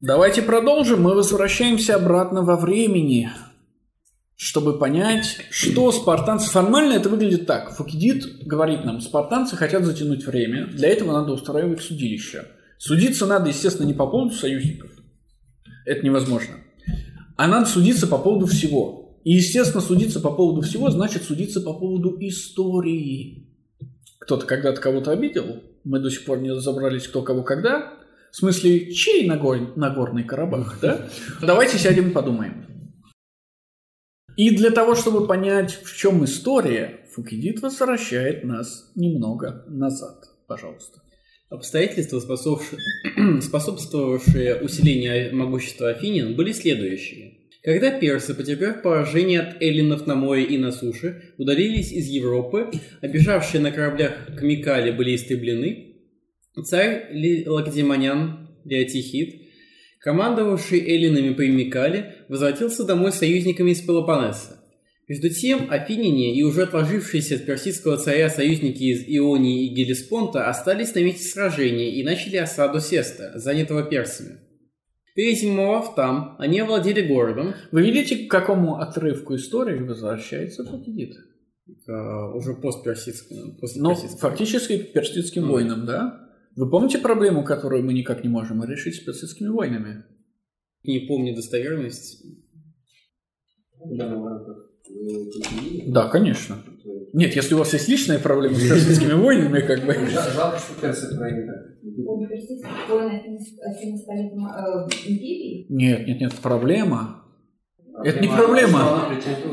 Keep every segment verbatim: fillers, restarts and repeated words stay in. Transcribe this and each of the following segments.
Давайте продолжим. Мы возвращаемся обратно во времени, чтобы понять, что спартанцы... Формально это выглядит так. Фукидид говорит нам, спартанцы хотят затянуть время, для этого надо устраивать судилище. Судиться надо, естественно, не по поводу союзников. Это невозможно. А надо судиться по поводу всего. И, естественно, судиться по поводу всего значит судиться по поводу истории. Кто-то когда-то кого-то обидел. Мы до сих пор не разобрались, кто кого когда. В смысле, чей Нагор... Нагорный Карабах, да? Давайте сядем и подумаем. И для того, чтобы понять, в чем история, Фукидид возвращает нас немного назад. Пожалуйста. Обстоятельства, способствовавшие усилению могущества афинян, были следующие. Когда персы, потерпев поражение от эллинов на море и на суше, удалились из Европы, а бежавшие на кораблях к Микале были истреблены, царь Лакедемонян Леотихид, командовавший эллинами при Микале, возвратился домой с союзниками из Пелопоннеса. Между тем, афиняне и уже отложившиеся от персидского царя союзники из Ионии и Гелеспонта остались на месте сражения и начали осаду Сеста, занятого персами. Перезимовав там, они овладели городом. Вы видите, к какому отрывку истории возвращается Фукидид? Uh, уже постперсидскому. Ну, фактически персидским mm. войнам, да? Вы помните проблему, которую мы никак не можем решить с персидскими войнами? Не помню достоверность. Да, конечно. Нет, если у вас есть личная проблема с персидскими войнами, как бы... Жалко, что персы проиграли. Нет, нет, нет, проблема. Это не проблема.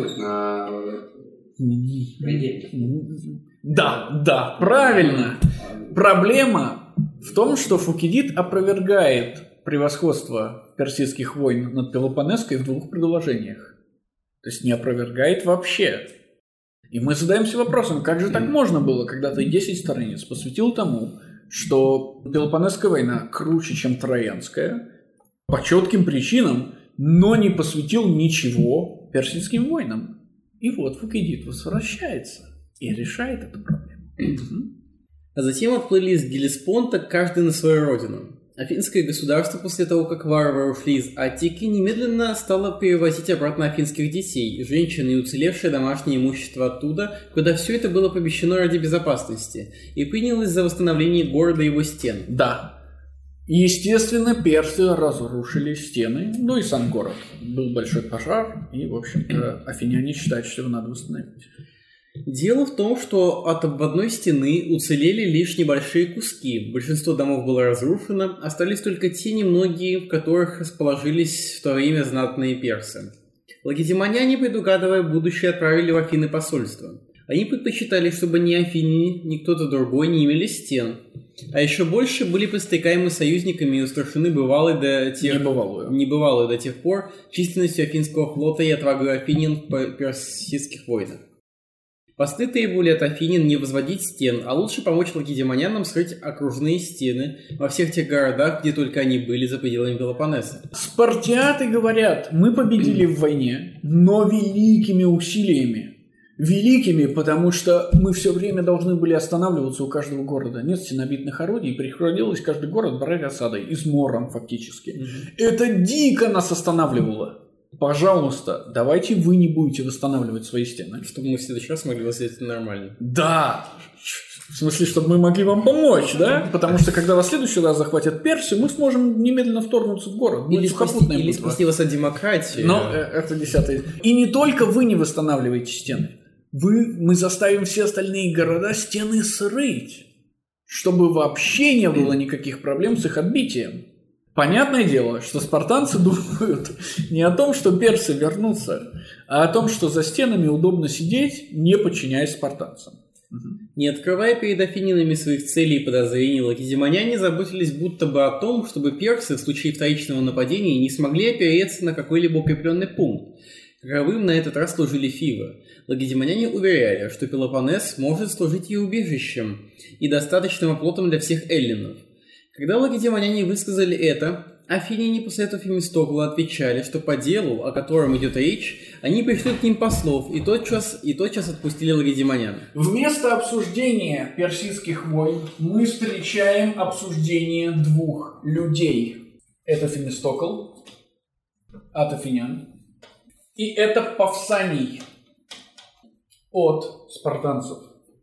Да, да, правильно. Проблема в том, что Фукидид опровергает превосходство персидских войн над Пелопоннеской в двух предложениях. То есть не опровергает вообще. И мы задаемся вопросом, как же так можно было, когда ты десять страниц посвятил тому, что Пелопоннесская война круче, чем Троянская, по четким причинам, но не посвятил ничего персидским войнам. И вот Фукидид возвращается и решает эту проблему. А затем отплыли из Гелеспонта каждый на свою родину. Афинское государство после того, как варвары ушли из Аттики, немедленно стало перевозить обратно афинских детей, женщин и уцелевшее домашнее имущество оттуда, куда все это было помещено ради безопасности, и принялось за восстановление города и его стен. Да. Естественно, персы разрушили стены, ну и сам город. Был большой пожар, и, в общем-то, афиняне считают, что его надо восстановить. Дело в том, что от обводной стены уцелели лишь небольшие куски. Большинство домов было разрушено, остались только те немногие, в которых расположились в то время знатные персы. Лакедемоняне, предугадывая будущее, отправили в Афины посольство. Они предпочитали, чтобы ни афиняне, ни кто-то другой не имели стен. А еще больше были подстрекаемы союзниками и устрашены бывалой до тех... Небывалую. Небывалой до тех пор численностью афинского флота и отвагой афинян в персидских войнах. Послы требовали от афинян не возводить стен, а лучше помочь лакедемонянам скрыть окружные стены во всех тех городах, где только они были за пределами Пелопоннеса. Спартиаты говорят, мы победили в войне, но великими усилиями. Великими, потому что мы все время должны были останавливаться у каждого города. Нет стенобитных орудий, приходилось каждый город брать осадой, измором фактически. Mm-hmm. Это дико нас останавливало. Пожалуйста, давайте вы не будете восстанавливать свои стены. Чтобы мы в следующий раз могли восстановить это нормально. Да! В смысле, чтобы мы могли вам помочь, да? Потому что, когда вас в следующий раз захватят персы, мы сможем немедленно вторгнуться в город. Или спасти, или спасти вас от демократии. Но это десятый. И не только вы не восстанавливаете стены. Вы, мы заставим все остальные города стены срыть, чтобы вообще не было никаких проблем с их отбитием. Понятное дело, что спартанцы думают не о том, что персы вернутся, а о том, что за стенами удобно сидеть, не подчиняясь спартанцам. Не открывая перед афинянами своих целей и подозрений, лакедемоняне заботились будто бы о том, чтобы персы в случае вторичного нападения не смогли опереться на какой-либо укрепленный пункт. Каковым на этот раз служили Фивы. Лакедемоняне уверяли, что Пелопоннес может служить и убежищем, и достаточным оплотом для всех эллинов. Когда лакедемоняне высказали это, афиняне после этого Фемистокла отвечали, что по делу, о котором идет речь, они пришлют к ним послов и тотчас, и тотчас отпустили лакедемонян. Вместо обсуждения персидских войн мы встречаем обсуждение двух людей. Это Фемистокл от афинян. И это Павсаний от спартанцев.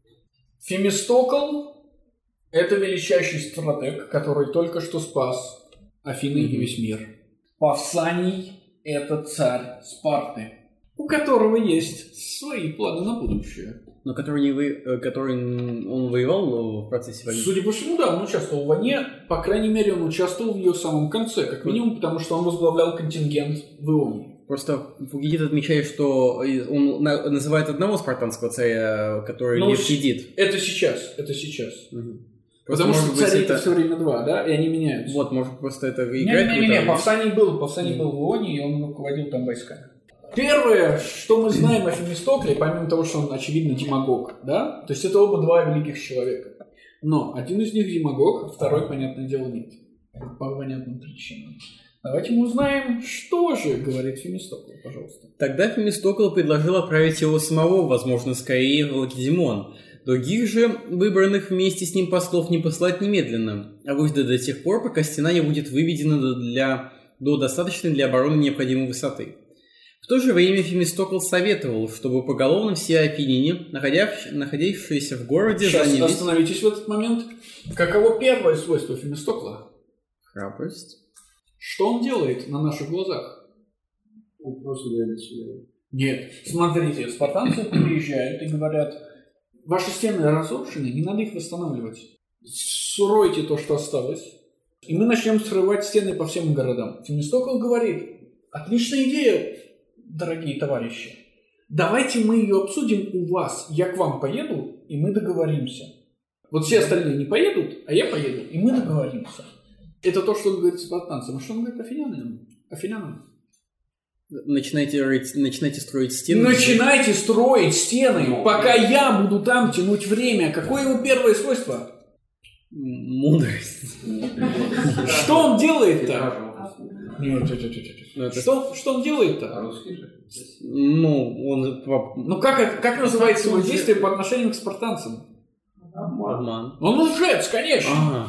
Фемистокл – это величайший стратег, который только что спас Афины mm-hmm. и весь мир. Павсаний – это царь Спарты, у которого есть свои планы на будущее. Но который, не вы... который он воевал в процессе войны? Судя по всему, да, он участвовал в войне. По крайней мере, он участвовал в ее самом конце, как минимум, потому что он возглавлял контингент в Ионии. Просто Фукидид отмечает, что он называет одного спартанского царя, который ну, Левкидид. Это сейчас, это сейчас. Угу. Потому просто, что царей это все время два, да, и они меняются. Вот, может, просто это играет. Не-не-не, Павсаний был, Павсаний был в Ионии, и он руководил там войсками. Первое, что мы знаем о Фемистокле, помимо того, что он, очевидно, демагог, да, то есть это оба два великих человека. Но один из них демагог, а второй, понятное дело, нет. По понятным причинам. Давайте мы узнаем, что же говорит Фемистокл, пожалуйста. Тогда Фемистокл предложил отправить его самого, возможно, скорее в Лакедемон. Других же, выбранных вместе с ним послов, не послать немедленно, а выждать до тех пор, пока стена не будет выведена для, до достаточной для обороны необходимой высоты. В то же время Фемистокл советовал, чтобы поголовно все афиняне, находящиеся в городе, Сейчас занялись... остановитесь в этот момент. Каково первое свойство Фемистокла? Храбрость. Что он делает на наших глазах? Он просто говорит сюда. Нет. Смотрите, спартанцы приезжают и говорят, ваши стены разрушены, не надо их восстанавливать. Сройте то, что осталось, и мы начнем срывать стены по всем городам. Фемистокл говорит, отличная идея, дорогие товарищи. Давайте мы ее обсудим у вас. Я к вам поеду, и мы договоримся. Вот все остальные не поедут, а я поеду, и мы договоримся. Это то, что он говорит спартанцам. А что он говорит афинянам? Афинянам? Начинайте, начинайте строить стены. Начинайте строить стены, пока я буду там тянуть время. Какое его первое свойство? Мудрость. Что он делает-то? Нет, нет, нет, нет. Что, что он делает-то? Русский же. Ну, он... Ну, как, как называется его действие по отношению к спартанцам? Обман. Он лжец, конечно. А-а-а.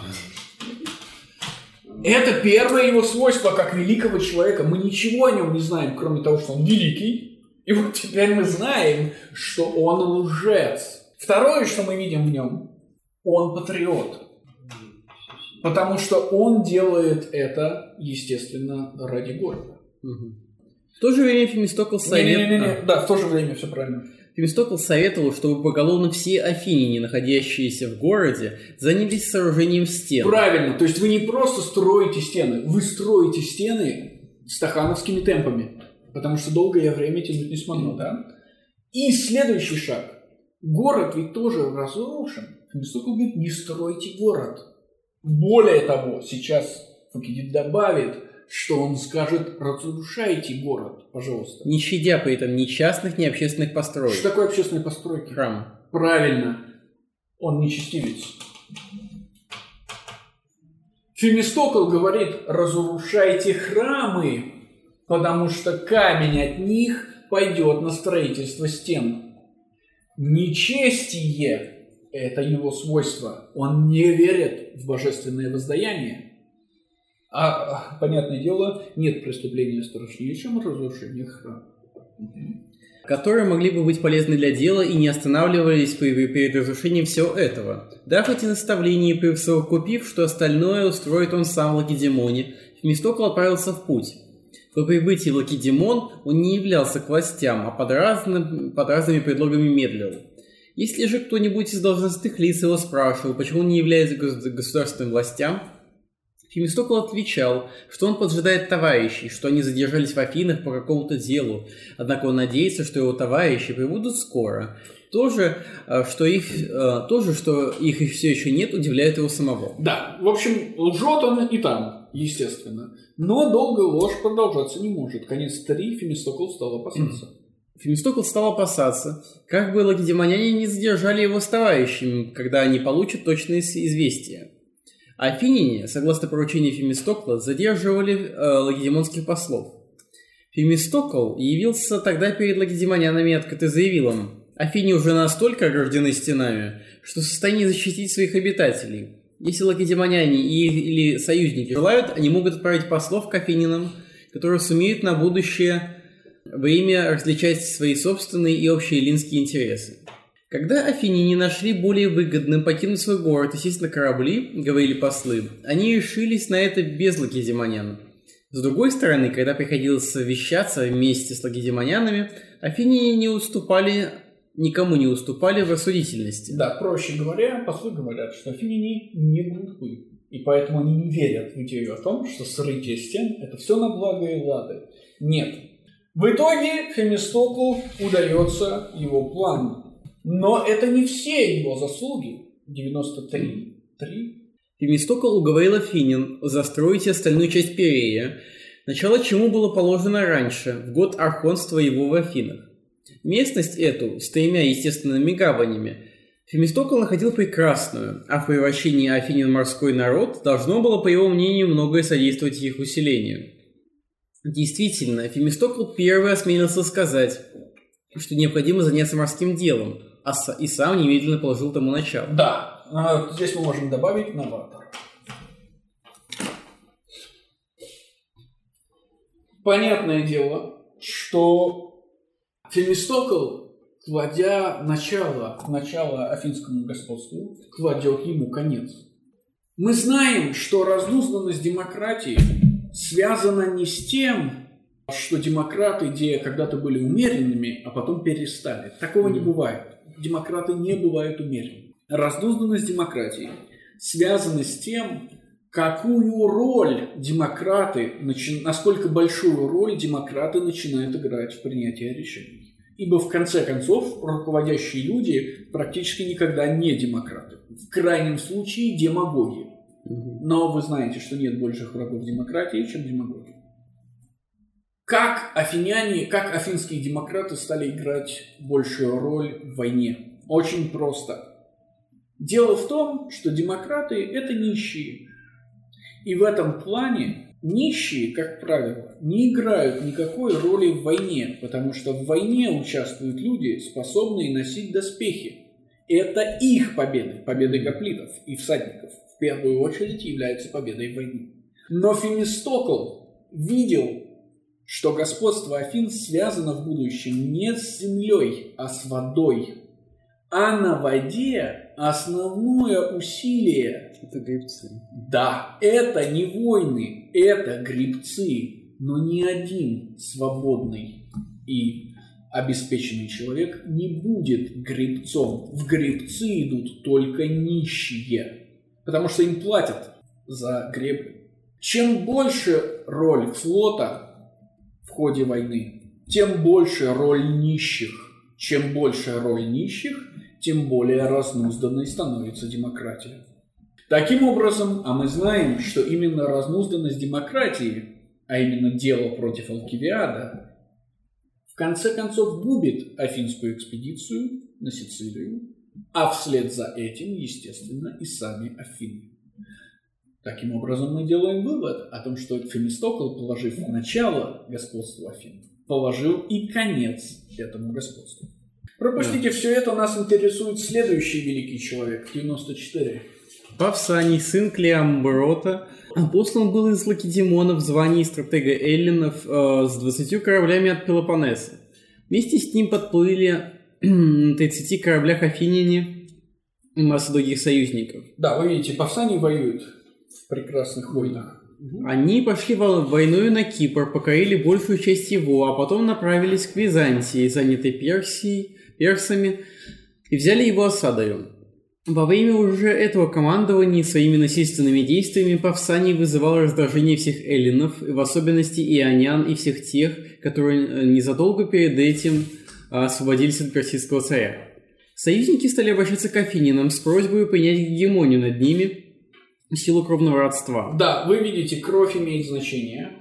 Это первое его свойство как великого человека. Мы ничего о нем не знаем, кроме того, что он великий. И вот теперь мы знаем, что он лжец. Второе, что мы видим в нем, он патриот. Потому что он делает это, естественно, ради города. Угу. В то же время Фемистокл советовал... Не-не-не, да, в то же время, все правильно. Фемистокл советовал, чтобы поголовно все афиняне, находящиеся в городе, занялись сооружением стен. Правильно, то есть вы не просто строите стены, вы строите стены стахановскими темпами. Потому что долгое время тянуть не смогу, да? И следующий шаг. Город ведь тоже разрушен. Фемистокл говорит, не стройте город. Более того, сейчас Фукидид добавит, что он скажет, разрушайте город, пожалуйста. Не щадя при этом ни частных, ни общественных построек. Что такое общественные постройки? Храм. Правильно. Он нечестивец. Фемистокл говорит, разрушайте храмы, потому что камень от них пойдет на строительство стен. Нечестие – это его свойство. Он не верит в божественное воздаяние. А, понятное дело, нет преступления страшнее, чем разрушение храма. Которые могли бы быть полезны для дела и не останавливались перед разрушением всего этого. Дав эти наставления и присовокупив, что остальное устроит он сам в Лакедемоне, Фемистокл отправился в путь. По прибытии в Лакедемон он не являлся к властям, а под, разным, под разными предлогами медлил. Если же кто-нибудь из должностных лиц его спрашивал, почему он не является государственным властям, Фемистокл отвечал, что он поджидает товарищей, что они задержались в Афинах по какому-то делу, однако он надеется, что его товарищи прибудут скоро. То же, что их, то же, что их все еще нет, удивляет его самого. Да, в общем, лжет он и там, естественно. Но долго ложь продолжаться не может. Конец три, Фемистокл стал опасаться. Фемистокл стал опасаться, как бы лакедемоняне не задержали его с товарищами, когда они получат точные известия. Афиняне, согласно поручению Фемистокла, задерживали э, лакедемонских послов. Фемистокл явился тогда перед лакедемонянами и открыто заявил им: Афине уже настолько ограждены стенами, что в состоянии защитить своих обитателей. Если лакедемоняне и, или союзники желают, они могут отправить послов к афининам, которые сумеют на будущее время различать свои собственные и общие эллинские интересы. Когда афиняне нашли более выгодным покинуть свой город и сесть на корабли, говорили послы, они решились на это без лакедемонян. С другой стороны, когда приходилось совещаться вместе с лакедемонянами, афиняне не уступали, никому не уступали в рассудительности. Да, проще говоря, послы говорят, что афиняне не глупы, и поэтому они не верят в идею о том, что срытие стен – это все на благо Эллады. Нет. В итоге Фемистоклу удается его план. Но это не все его заслуги. девяносто три. три. Фемистокл уговорил афинян застроить остальную часть Пирея, начало чему было положено раньше, в год архонства его в Афинах. Местность эту, с тремя естественными гаванями, Фемистокл находил прекрасную, а в превращении афинян в морской народ должно было, по его мнению, многое содействовать их усилению. Действительно, Фемистокл первый осмелился сказать, что необходимо заняться морским делом, а и сам немедленно положил тому начало. Да, здесь мы можем добавить новатор. Понятное дело, что Фемистокл, кладя начало, начало афинскому господству, кладет ему конец. Мы знаем, что разнузданность демократии связана не с тем, что демократы, где когда-то были умеренными, а потом перестали. Такого не бывает. Демократы не бывают умеренными. Разнузданность демократии связана с тем, какую роль демократы, насколько большую роль демократы начинают играть в принятии решений. Ибо в конце концов руководящие люди практически никогда не демократы. В крайнем случае демагоги. Но вы знаете, что нет больших врагов демократии, чем демагоги. Как афиняне, как афинские демократы стали играть большую роль в войне? Очень просто. Дело в том, что демократы – это нищие. И в этом плане нищие, как правило, не играют никакой роли в войне, потому что в войне участвуют люди, способные носить доспехи. Это их победы, победы гоплитов и всадников, в первую очередь являются победой в войне. Но Фемистокл видел, что господство Афин связано в будущем не с землей, а с водой. А на воде основное усилие... Это гребцы. Да, это не войны, это гребцы. Но ни один свободный и обеспеченный человек не будет гребцом. В гребцы идут только нищие, потому что им платят за греблю. Чем больше роль флота в ходе войны, тем больше роль нищих. Чем больше роль нищих, тем более разнузданной становится демократия. Таким образом, а мы знаем, что именно разнузданность демократии, а именно дело против Алкивиада, в конце концов губит афинскую экспедицию на Сицилию, а вслед за этим, естественно, и сами Афины. Таким образом, мы делаем вывод о том, что Фемистокл, положив начало господству Афин, положил и конец этому господству. Пропустите, все это, нас интересует следующий великий человек, девяносто четыре. Павсаний, сын Клеомброта, послан был из Лакедемона в звании стратега эллинов э, с двадцатью кораблями от Пелопоннеса. Вместе с ним подплыли на тридцати кораблях афиняне и масса других союзников. Да, вы видите, Павсаний воюет в прекрасных войнах. Они пошли войною на Кипр, покорили большую часть его, а потом направились к Византии, занятой Персией, персами, и взяли его осадою. Во время уже этого командования своими насильственными действиями Павсаний вызывал раздражение всех эллинов, и в особенности ионян и всех тех, которые незадолго перед этим освободились от персидского царя. Союзники стали обращаться к афинянам с просьбой принять гегемонию над ними в силу кровного родства. Да, вы видите, кровь имеет значение.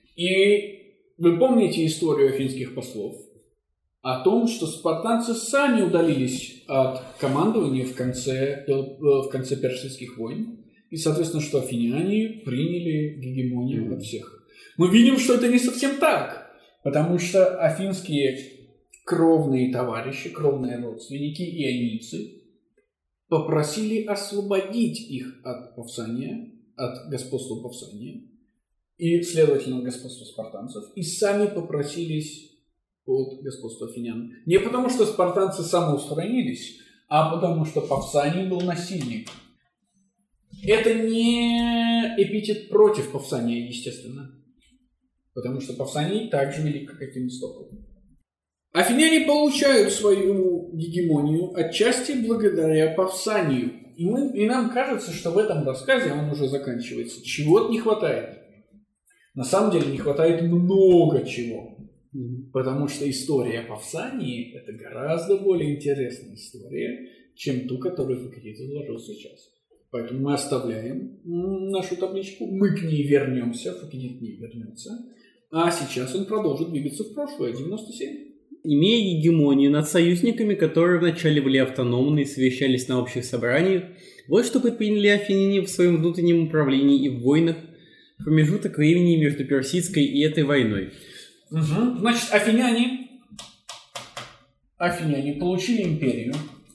И вы помните историю афинских послов о том, что спартанцы сами удалились от командования в конце, в конце персидских войн. И, соответственно, что афиняне приняли гегемонию над всех. Мы видим, что это не совсем так. Потому что афинские кровные товарищи, кровные родственники, ионийцы, попросили освободить их от Павсания, от господства Павсания, и, следовательно, от господства спартанцев, и сами попросились под господство афинян. Не потому, что спартанцы самоустранились, а потому, что Павсаний был насильником. Это не эпитет против Павсания, естественно. Потому что Павсаний так же велик, как и Фемистокл. Афиняне получают свою гегемонию отчасти благодаря Павсанию. И, мы, и нам кажется, что в этом рассказе, он уже заканчивается, чего-то не хватает. На самом деле не хватает много чего. Mm-hmm. Потому что история Павсании – это гораздо более интересная история, чем ту, которую Фукидид изложил сейчас. Поэтому мы оставляем нашу табличку, мы к ней вернемся, Фукидид к ней вернется. А сейчас он продолжит двигаться в прошлое, девяносто семь. Имея гегемонию над союзниками, которые вначале были автономны и совещались на общих собраниях, вот что предприняли афиняне в своем внутреннем управлении и в войнах, промежуток времени между персидской и этой войной. Угу. Значит, афиняне, афиняне получили империю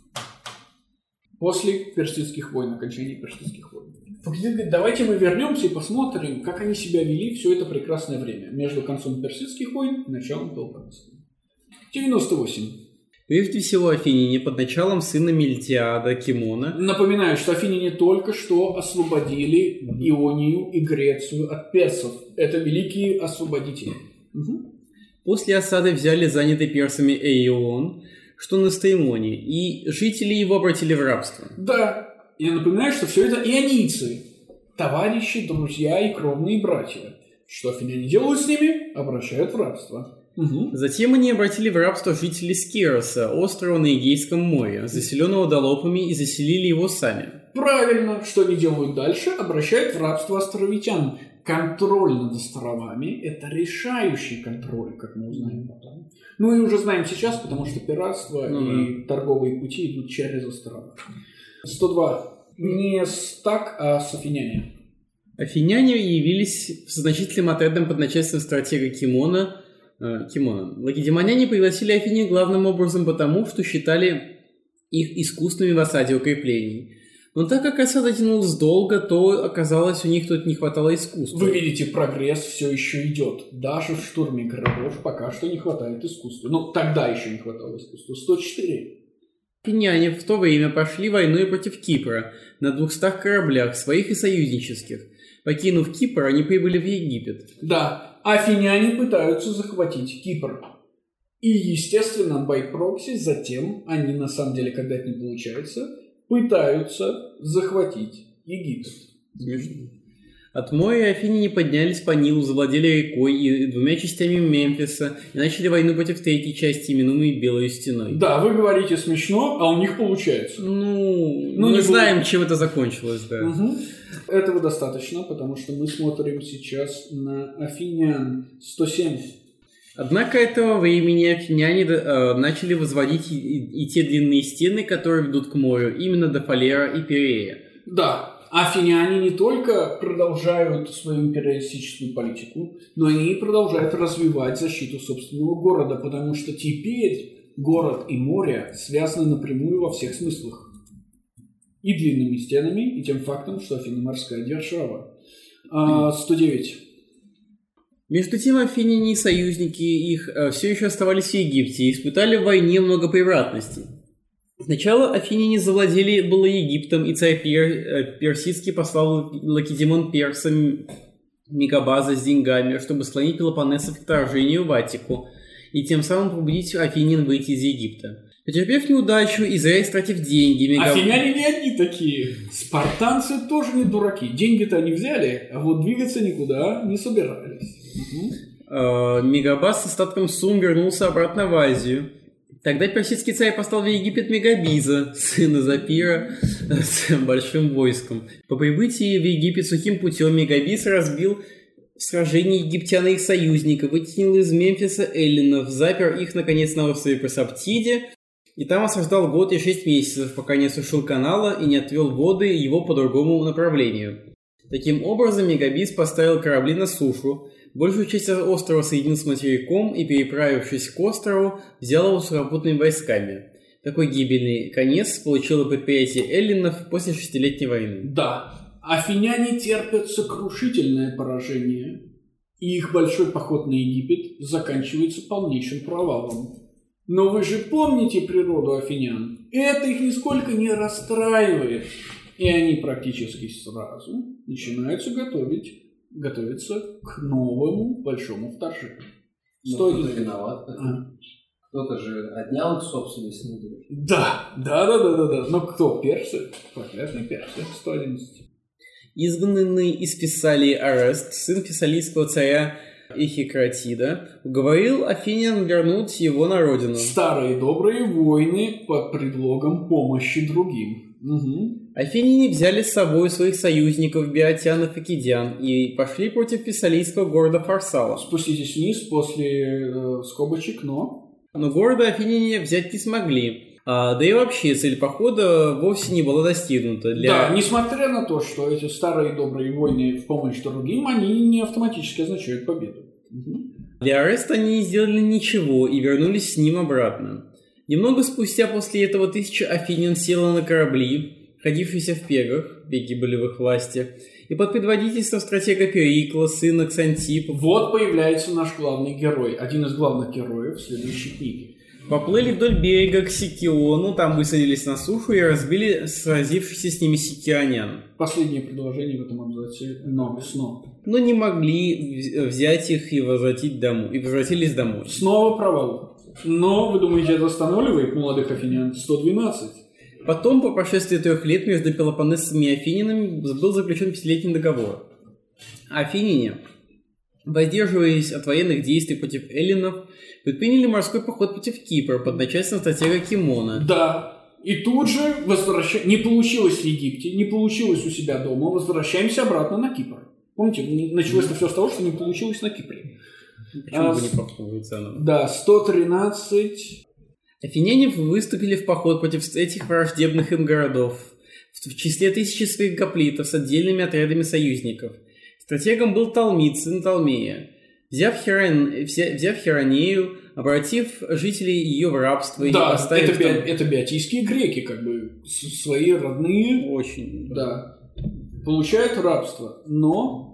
после персидских войн, окончания персидских войн. Фукидид говорит, давайте мы вернемся и посмотрим, как они себя вели все это прекрасное время между концом персидских войн и началом Пелопоннесских. девяносто восемь. Прежде всего, афиняне под началом сына Мильтиада Кимона. Напоминаю, что афиняне только что освободили Ионию и Грецию от персов. Это великие освободители. Угу. После осады взяли занятый персами Эион, что на Стеймоне, и жители его обратили в рабство. Да, я напоминаю, что все это ионийцы, товарищи, друзья и кровные братья. Что афиняне делают с ними? Обращают в рабство. Угу. Затем они обратили в рабство жителей Скироса, острова на Эгейском море, заселенного долопами, и заселили его сами. Правильно. Что они делают дальше? Обращают в рабство островитян. Контроль над островами – это решающий контроль, как мы узнаем потом. Ну и уже знаем сейчас, потому что пиратство ну, и да. торговые пути идут через острова. сто два. Не так, а с афиняне. Афиняне явились значительным отрядом под начальством стратега Кимона. Э, Кимона. Лакедемоняне пригласили Афине главным образом потому, что считали их искусными в осаде укреплений. Но так как осада тянулась долго, то оказалось, у них тут не хватало искусства. Вы видите, прогресс все еще идет. Даже в штурме городов пока что не хватает искусства. Ну, тогда еще не хватало искусства. сто четыре. Афиняне в то время пошли войной против Кипра на двухстах кораблях, своих и союзнических. Покинув Кипр, они прибыли в Египет. Да, афиняне пытаются захватить Кипр. И, естественно, by proxy, затем они, на самом деле, когда это не получается, пытаются захватить Египет. Смешно. От моря афиняне поднялись по Нилу, завладели рекой и двумя частями Мемфиса и начали войну против третьей части, именуемой Белой стеной. Да, вы говорите смешно, а у них получается. Ну, ну мы знаем, было... чем это закончилось, да. Угу. Этого достаточно, потому что мы смотрим сейчас на афинян. сто семь. Однако этого времени афиняне э, начали возводить и, и, и те длинные стены, которые ведут к морю, именно до Фалера и Пирея. Да. Афиняне не только продолжают свою империалистическую политику, но они и продолжают развивать защиту собственного города, потому что теперь город и море связаны напрямую во всех смыслах. И длинными стенами, и тем фактом, что Афины морская держава. А, сто девять. Между тем, афиняне и союзники их все еще оставались в Египте и испытали в войне много превратностей. Сначала афиняне завладели было Египтом, и царь Пер, персидский послал Лакедемон персам Мегабаза с деньгами, чтобы склонить пелопоннесов к вторжению в Аттику, и тем самым побудить афинян выйти из Египта. Потерпев неудачу и зря истратив деньги... Мегаб... Афиняне не одни такие. Спартанцы тоже не дураки. Деньги-то они взяли, а вот двигаться никуда не собирались. Угу. Мегабаз с остатком сумм вернулся обратно в Азию. Тогда персидский царь послал в Египет Мегабиза, сына Запира, с большим войском. По прибытии в Египет сухим путем Мегабиз разбил в сражении египтян и их союзников, вытеснил из Мемфиса эллинов, запер их, наконец, на острове Просоптиде, и там осаждал год и шесть месяцев, пока не осушил канала и не отвел воды его по другому направлению. Таким образом, Мегабиз поставил корабли на сушу, большую часть острова соединил с материком и, переправившись к острову, взял его сухопутными войсками. Такой гибельный конец получило предприятие эллинов после шестилетней войны. Да, афиняне терпят сокрушительное поражение, и их большой поход на Египет заканчивается полнейшим провалом. Но вы же помните природу афинян? Это их нисколько не расстраивает. И они практически сразу начинаются готовить, готовиться к новому большому вторжению. Кто-то виноват. А. Кто-то же отнял их собственность. Да, да, да, да, да, да. Но кто? Персы? Проклятые персы. сто одиннадцать. Изгнанный из Фессалии Арест, сын фессалийского царя Эхикратида, уговорил афинян вернуть его на родину. Старые добрые войны под предлогом помощи другим. Угу. Афиняне взяли с собой своих союзников Биотян и Фокидян и пошли против фессалийского города Фарсала. Спуститесь вниз после э, скобочек, но... Но города афиняне взять не смогли. А, да и вообще цель похода вовсе не была достигнута. Для... Да, несмотря на то, что эти старые добрые войны в помощь другим, они не автоматически означают победу. Угу. Для Ареста они не сделали ничего и вернулись с ним обратно. Немного спустя после этого тысяча афинян села на корабли, ходившиеся в Пегах, пеги были в их власти, и под предводительством стратега Перикла, сына Ксантипа... Вот появляется наш главный герой, один из главных героев следующей книги. Поплыли вдоль берега к Сикиону, там высадились на сушу и разбили сразившихся с ними сикионян. Последнее предложение в этом абзаце «но», «сно». Но не могли взять их и возвратить домой, и возвратились домой. Снова провал. Но, вы думаете, это останавливает молодых афинян? сто двенадцать. Потом, по прошествии трех лет, между Пелопоннесцами и афинянами был заключен пятилетний договор. Афиняне, воздерживаясь от военных действий против эллинов, предприняли морской поход против Кипра под начальством стратега Кимона. Да, и тут же возвращ... не получилось в Египте, не получилось у себя дома, возвращаемся обратно на Кипр. Помните, началось это все с того, что не получилось на Кипре. Почему а, бы не попробовать заново? Да, сто тринадцать. Афиняне выступили в поход против этих враждебных им городов в числе тысячи своих гоплитов с отдельными отрядами союзников. Стратегом был Талмид, сын Талмея. Взяв, Херон... Взяв Херонею, обратив жителей ее в рабство и да, поставив... это, там... би... это биотийские греки, как бы, свои родные... Очень. Да. Получают рабство, но...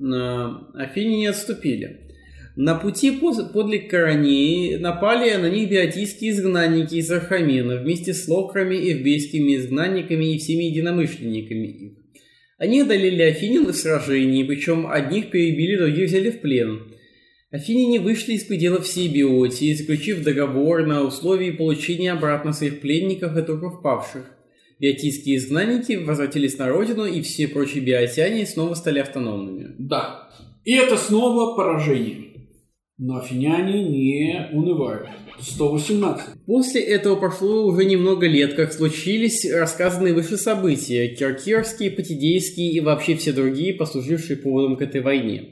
Афиняне не отступили. На пути подле Коронеи напали на них биотийские изгнанники из Архамена вместе с локрами, эвбейскими изгнанниками и всеми единомышленниками их. Они одолели афинян в сражении, причем одних перебили, других взяли в плен. Афиняне вышли из пределов всей Биотии, заключив договор на условии получения обратно своих пленников и трупов павших. Биотийские изгнанники возвратились на родину, и все прочие биотяне снова стали автономными. Да, и это снова поражение. Но афиняне не унывают. сто восемнадцать. После этого прошло уже немного лет, как случились рассказанные выше события, киркирские, патидейские и вообще все другие, послужившие поводом к этой войне.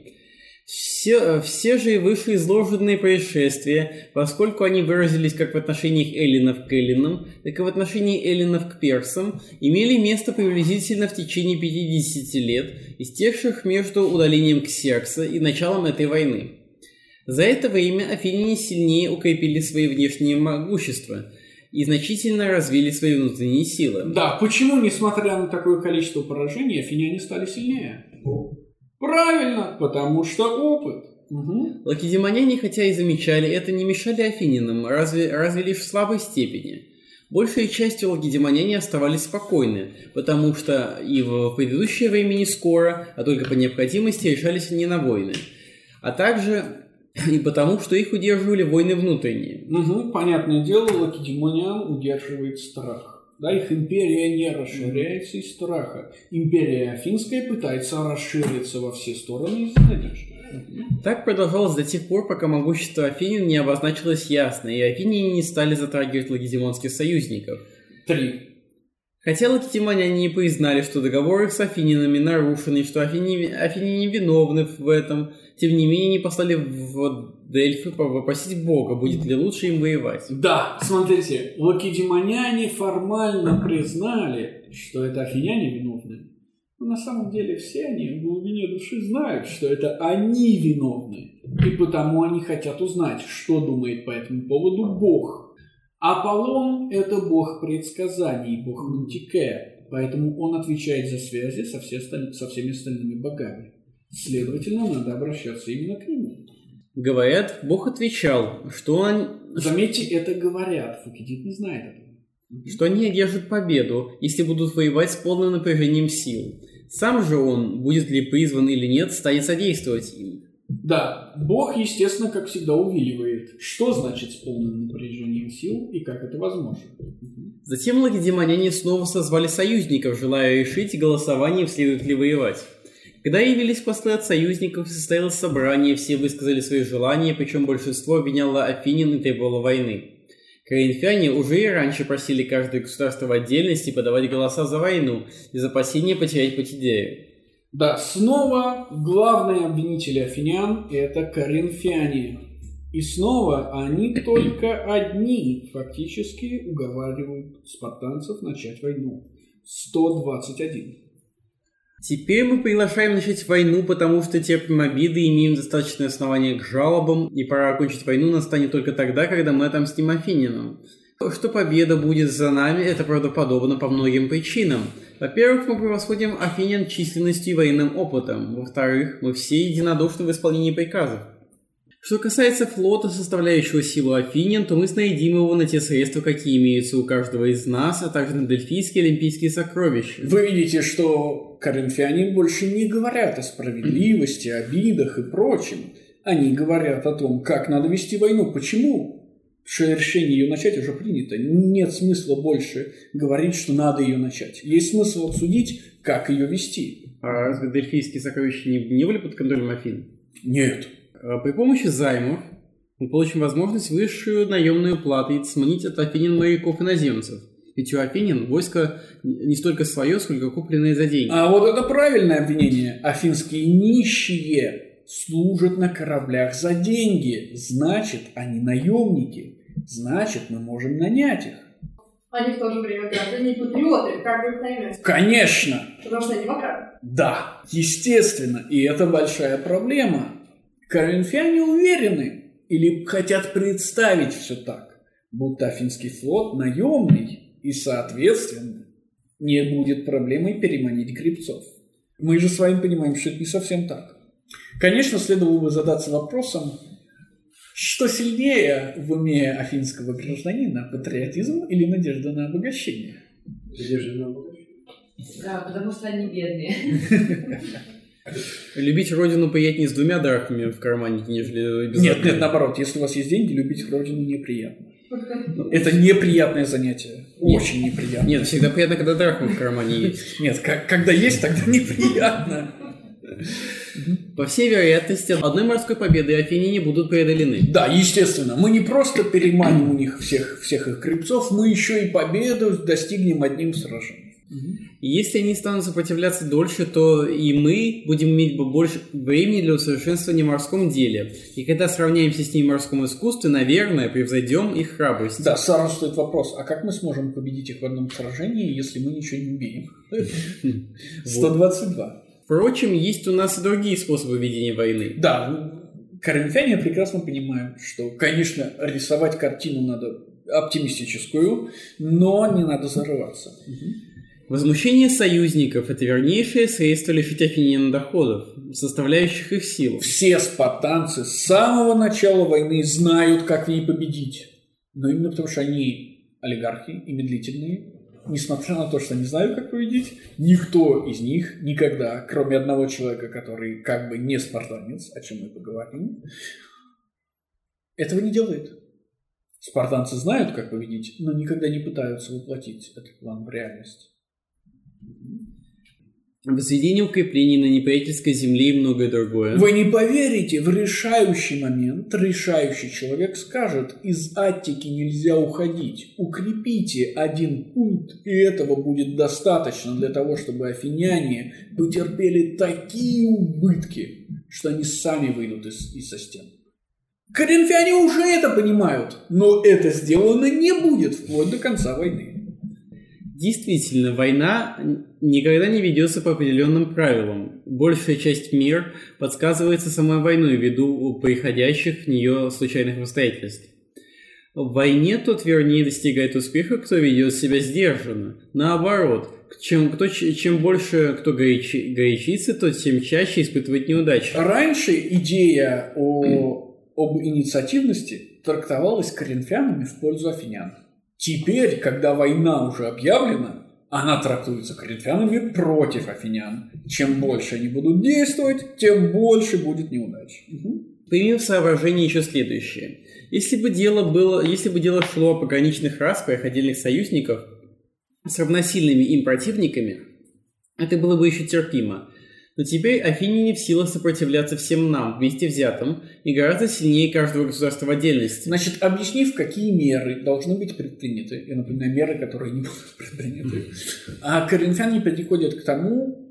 Все, все же вышеизложенные происшествия, поскольку они выразились как в отношении эллинов к эллинам, так и в отношении эллинов к персам, имели место приблизительно в течение пятидесяти лет, истекших между удалением Ксеркса и началом этой войны. За это время афиняне сильнее укрепили свои внешние могущества и значительно развили свои внутренние силы. Да, почему, несмотря на такое количество поражений, афиняне стали сильнее? Правильно, потому что опыт. Угу. Лакедемоняне, хотя и замечали это, не мешали афинянам, разве, разве лишь в слабой степени. Большей частью лакедемоняне оставались спокойны, потому что и в предыдущее время не скоро, а только по необходимости решались они на войны. А также и потому, что их удерживали войны внутренние. Угу, понятное дело, лакедемонян удерживает страх. Да, их империя не расширяется из страха. Империя Афинская пытается расшириться во все стороны из надежды. Так продолжалось до тех пор, пока могущество афинян не обозначилось ясно, и афиняне не стали затрагивать лакедемонских союзников. Три. Хотя лакедемоняне не признали, что договор их с афинянами нарушен, и что афиняне, афиняне виновны в этом, тем не менее не послали в Дельфы попросить Бога, будет ли лучше им воевать. Да, смотрите, лакедемоняне формально признали, что это афиняне виновны. Но на самом деле все они в глубине души знают, что это они виновны. И потому они хотят узнать, что думает по этому поводу Бог. Аполлон – это бог предсказаний, бог Мантикея, поэтому он отвечает за связи со, все осталь... со всеми остальными богами. Следовательно, надо обращаться именно к нему. Говорят, Бог отвечал, что он... Заметьте, это говорят, Фукидид не знает этого. Что они одержат победу, если будут воевать с полным напряжением сил. Сам же он, будет ли призван или нет, станет содействовать им. Да, Бог, естественно, как всегда, увиливает. Что значит с полным напряжением сил и как это возможно? Затем лакедемоняне снова созвали союзников, желая решить голосованием, следует ли воевать. Когда явились послы от союзников и состоялось собрание, все высказали свои желания, причем большинство обвиняло Афинин и требовало войны. Коринфяне уже и раньше просили каждое государство в отдельности подавать голоса за войну из опасения потерять Потидею. Да, снова главные обвинители афинян – это коринфяне. И снова они только одни фактически уговаривают спартанцев начать войну. сто двадцать один. Теперь мы приглашаем начать войну, потому что терпим обиды и имеем достаточное основание к жалобам, и пора окончить войну настанет только тогда, когда мы отомстим афинянам. Что победа будет за нами, это правдоподобно по многим причинам. Во-первых, мы превосходим афинян численностью и военным опытом. Во-вторых, мы все единодушны в исполнении приказов. Что касается флота, составляющего силу афинян, то мы снарядим его на те средства, какие имеются у каждого из нас, а также на дельфийские и олимпийские сокровища. Вы видите, что коринфяне больше не говорят о справедливости, обидах и прочем. Они говорят о том, как надо вести войну. Почему? Что решение ее начать уже принято. Нет смысла больше говорить, что надо ее начать. Есть смысл обсудить, как ее вести. А разве дельфийские сокровища не, не были под контролем Афин? Нет. При помощи займов мы получим возможность высшую наемную плату и сманить от афинян моряков и наземцев. Ведь у афинян войско не столько свое, сколько купленное за деньги. А вот это правильное обвинение. Афинские нищие служат на кораблях за деньги. Значит, они наемники. Значит, мы можем нанять их. Они в то же время граждане и патриоты. Как вы их наймете? Конечно. Потому что они демократы. Да, естественно. И это большая проблема. Коринфяне уверены или хотят представить все так, будто Афинский флот наемный и, соответственно, не будет проблемой переманить гребцов. Мы же с вами понимаем, что это не совсем так. Конечно, следовало бы задаться вопросом, что сильнее в уме афинского гражданина – патриотизм или надежда на обогащение? Надежда на обогащение. Да, потому что они бедные. Любить родину приятнее с двумя драхмами в кармане, нежели без Нет, одной. нет, наоборот. Если у вас есть деньги, любить родину неприятно. Это неприятное занятие. Очень неприятно. Нет, всегда приятно, когда драхма в кармане есть. Нет, как, когда есть, тогда неприятно. По всей вероятности, одной морской победой афиняне будут преодолены. Да, естественно. Мы не просто переманим у них всех, всех их гребцов, мы еще и победу достигнем одним сражением. И если они станут сопротивляться дольше, то и мы будем иметь больше времени для усовершенствования в морском деле. И когда сравняемся с ними в морском искусстве, наверное, превзойдем их храбрость. Да, сразу стоит вопрос, а как мы сможем победить их в одном сражении, если мы ничего не умеем? сто двадцать два. Впрочем, есть у нас и другие способы ведения войны. Да, коринфяне прекрасно понимают, что, конечно, рисовать картину надо оптимистическую, но не надо зарываться. Возмущение союзников – это вернейшее средство лишить афинян доходов, составляющих их силу. Все спартанцы с самого начала войны знают, как в ней победить. Но именно потому, что они олигархи и медлительные, несмотря на то, что они знают, как победить, никто из них никогда, кроме одного человека, который как бы не спартанец, о чем мы поговорим, этого не делает. Спартанцы знают, как победить, но никогда не пытаются воплотить этот план в реальность. Возведение укреплений на неприятельской земле и многое другое. Вы не поверите, в решающий момент решающий человек скажет: из Аттики нельзя уходить, укрепите один пункт, и этого будет достаточно для того, чтобы афиняне потерпели такие убытки, что они сами выйдут из, из-за стен. Коринфяне уже это понимают, но это сделано не будет вплоть до конца войны. Действительно, война никогда не ведется по определенным правилам. Большая часть мира подсказывается самой войной ввиду приходящих в нее случайных обстоятельств. В войне тот вернее достигает успеха, кто ведет себя сдержанно. Наоборот, чем, кто, чем больше кто горячи, горячится, тот тем чаще испытывает неудачи. Раньше идея о, об инициативности трактовалась коринфянами в пользу афинян. Теперь, когда война уже объявлена, она трактуется коринфянами против афинян. Чем больше они будут действовать, тем больше будет неудач. Угу. Примем в соображение еще следующее. Если бы дело было, если бы дело шло о пограничных распрях отдельных союзников с равносильными им противниками, это было бы еще терпимо. Но теперь афиняне в силах сопротивляться всем нам, вместе взятым, и гораздо сильнее каждого государства в отдельности. Значит, объяснив, какие меры должны быть предприняты, я напоминаю, меры, которые не будут предприняты, а коринфяне переходят к тому,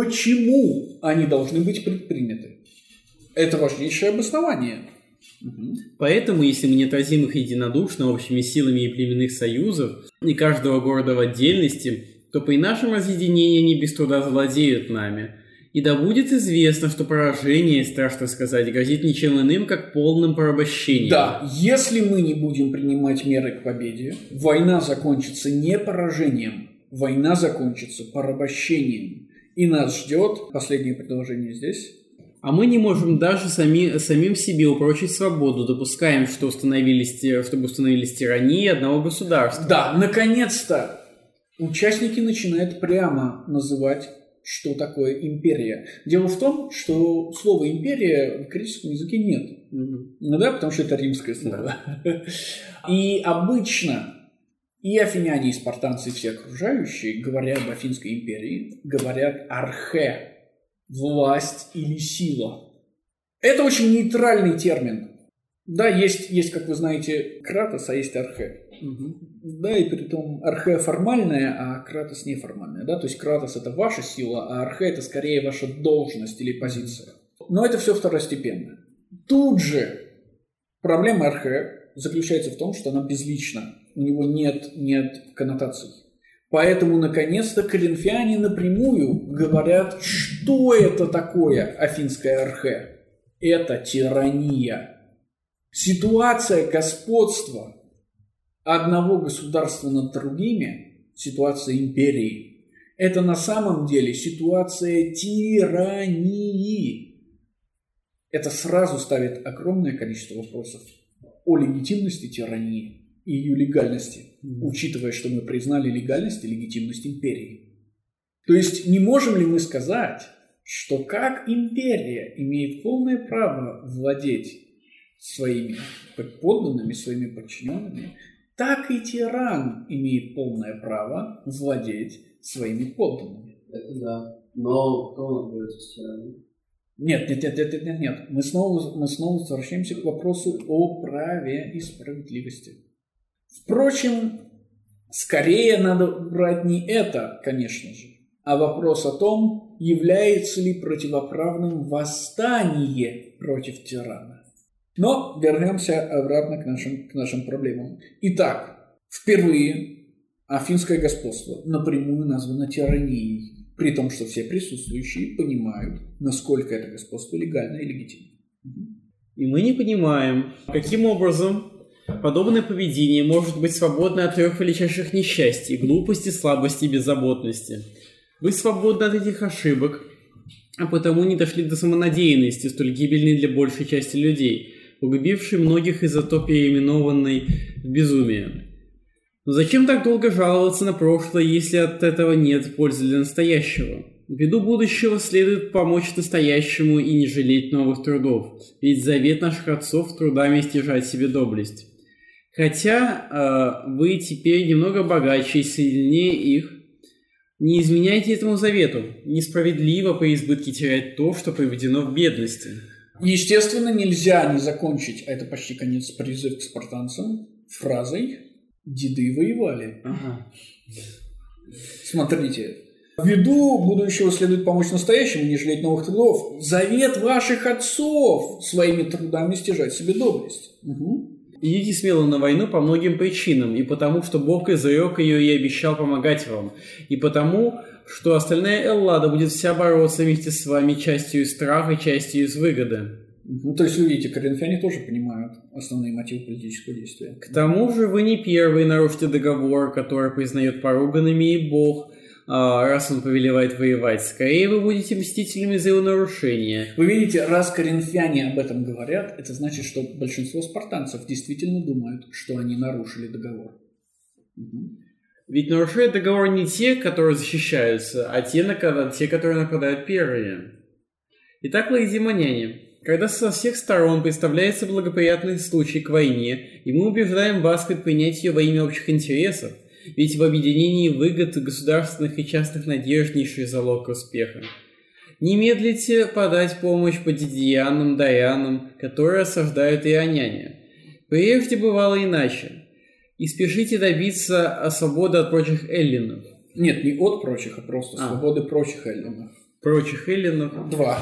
почему они должны быть предприняты. Это важнейшее обоснование. Угу. Поэтому, если мы не отразим их единодушно общими силами и племенных союзов, и каждого города в отдельности, то при нашем разъединении они без труда завладеют нами. И да будет известно, что поражение, страшно сказать, грозит ничем иным, как полным порабощением. Да, если мы не будем принимать меры к победе, война закончится не поражением, война закончится порабощением. И нас ждет, последнее предложение здесь. А мы не можем даже сами, самим себе упрочить свободу, допускаем, что установились, чтобы установились тирании одного государства. Да, наконец-то участники начинают прямо называть, что такое империя. Дело в том, что слова империя в греческом языке нет. Mm-hmm. Ну да, потому что это римское слово. Да. И обычно и афиняне, и спартанцы, и все окружающие, говоря об Афинской империи, говорят архе. Власть или сила. Это очень нейтральный термин. Да, есть, есть, как вы знаете, кратос, а есть архе. Угу. Да, и при том архе формальная, а кратос неформальная. Да? То есть кратос – это ваша сила, а архе – это скорее ваша должность или позиция. Но это все второстепенно. Тут же проблема архе заключается в том, что она безлична. У него нет, нет коннотаций. Поэтому, наконец-то, коринфяне напрямую говорят, что это такое афинская архе. Это тирания. Ситуация господства одного государства над другими, ситуация империи, это на самом деле ситуация тирании. Это сразу ставит огромное количество вопросов о легитимности тирании и ее легальности, mm-hmm. учитывая, что мы признали легальность и легитимность империи. То есть не можем ли мы сказать, что как империя имеет полное право владеть своими подданными, своими подчиненными, так и тиран имеет полное право владеть своими подданными. Это да. Но кто находится с тираном? Нет, нет, нет, нет, нет, нет. Мы снова, мы снова возвращаемся к вопросу о праве и справедливости. Впрочем, скорее надо брать не это, конечно же, а вопрос о том, является ли противоправным восстание против тирана. Но вернемся обратно к нашим, к нашим проблемам. Итак, впервые афинское господство напрямую названо тиранией, при том, что все присутствующие понимают, насколько это господство легально и легитимно. И мы не понимаем, каким образом подобное поведение может быть свободно от трех величайших несчастий – глупости, слабости и беззаботности. Вы свободны от этих ошибок, а потому не дошли до самонадеянности, столь гибельной для большей части людей, погубившей многих из-за то переименованной в безумие. Но зачем так долго жаловаться на прошлое, если от этого нет пользы для настоящего? Ввиду будущего следует помочь настоящему и не жалеть новых трудов, ведь завет наших отцов трудами стяжать себе доблесть. Хотя э, вы теперь немного богаче и сильнее их, не изменяйте этому завету. Несправедливо по избытке терять то, что приведено в бедности. Естественно, нельзя не закончить, а это почти конец, призыв к спартанцам фразой «Деды воевали». Ага. Смотрите. Ввиду будущего следует помочь настоящему, не жалеть новых трудов. Завет ваших отцов своими трудами стяжать себе доблесть. Угу. Идите смело на войну по многим причинам, и потому, что Бог изрек ее и обещал помогать вам, и потому, что остальная Эллада будет вся бороться вместе с вами частью из страха, частью из выгоды. Ну, то есть, вы видите, коринфяне тоже понимают основные мотивы политического действия. К тому же вы не первые нарушите договор, который признает поруганными и Бог, раз он повелевает воевать. Скорее вы будете мстителями за его нарушение. Вы видите, раз коринфяне об этом говорят, это значит, что большинство спартанцев действительно думают, что они нарушили договор. Угу. Ведь нарушают договор не те, которые защищаются, а те, те которые нападают первыми. Итак, лакедемоняне, когда со всех сторон представляется благоприятный случай к войне, и мы убеждаем вас предпринять ее во имя общих интересов, ведь в объединении выгод государственных и частных надежнейший залог успеха. Не медлите подать помощь подидиянам, дарянам, которые осаждают ионяне. Прежде бывало иначе. И спешите добиться свободы от прочих эллинов. Нет, не от прочих, а просто а. свободы прочих эллинов. Прочих эллинов? Два.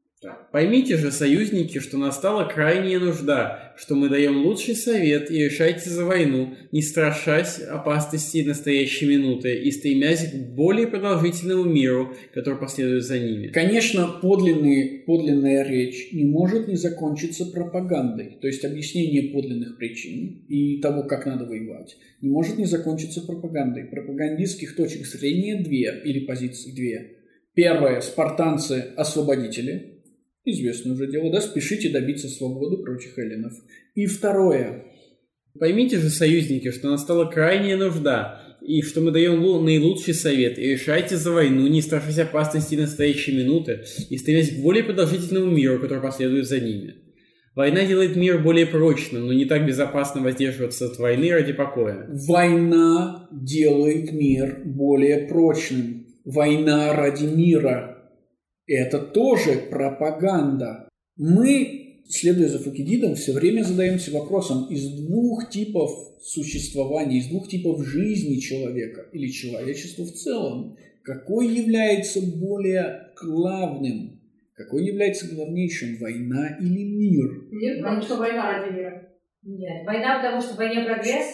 Поймите же, союзники, что настала крайняя нужда, что мы даем лучший совет и решайте за войну, не страшась опасностей настоящей минуты и стремясь к более продолжительному миру, который последует за ними. Конечно, подлинный, подлинная речь не может не закончиться пропагандой, то есть объяснение подлинных причин и того, как надо воевать, не может не закончиться пропагандой. Пропагандистских точек зрения две, или позиций две. Первое – спартанцы-освободители. Известное уже дело, да? Спешите добиться свободы прочих эллинов. И второе. Поймите же, союзники, что настала крайняя нужда, и что мы даем наилучший совет, и решайте за войну, не страшась опасности настоящей минуты, и стремясь к более продолжительному миру, который последует за ними. Война делает мир более прочным, но не так безопасно воздерживаться от войны ради покоя. Война делает мир более прочным. Война ради мира. Это тоже пропаганда. Мы, следуя за Фукидидом, все время задаемся вопросом из двух типов существования, из двух типов жизни человека или человечества в целом. Какой является более главным? Какой является главнейшим? Война или мир? Нет, потому что война ради мира. Нет, война, потому что в войне прогресс.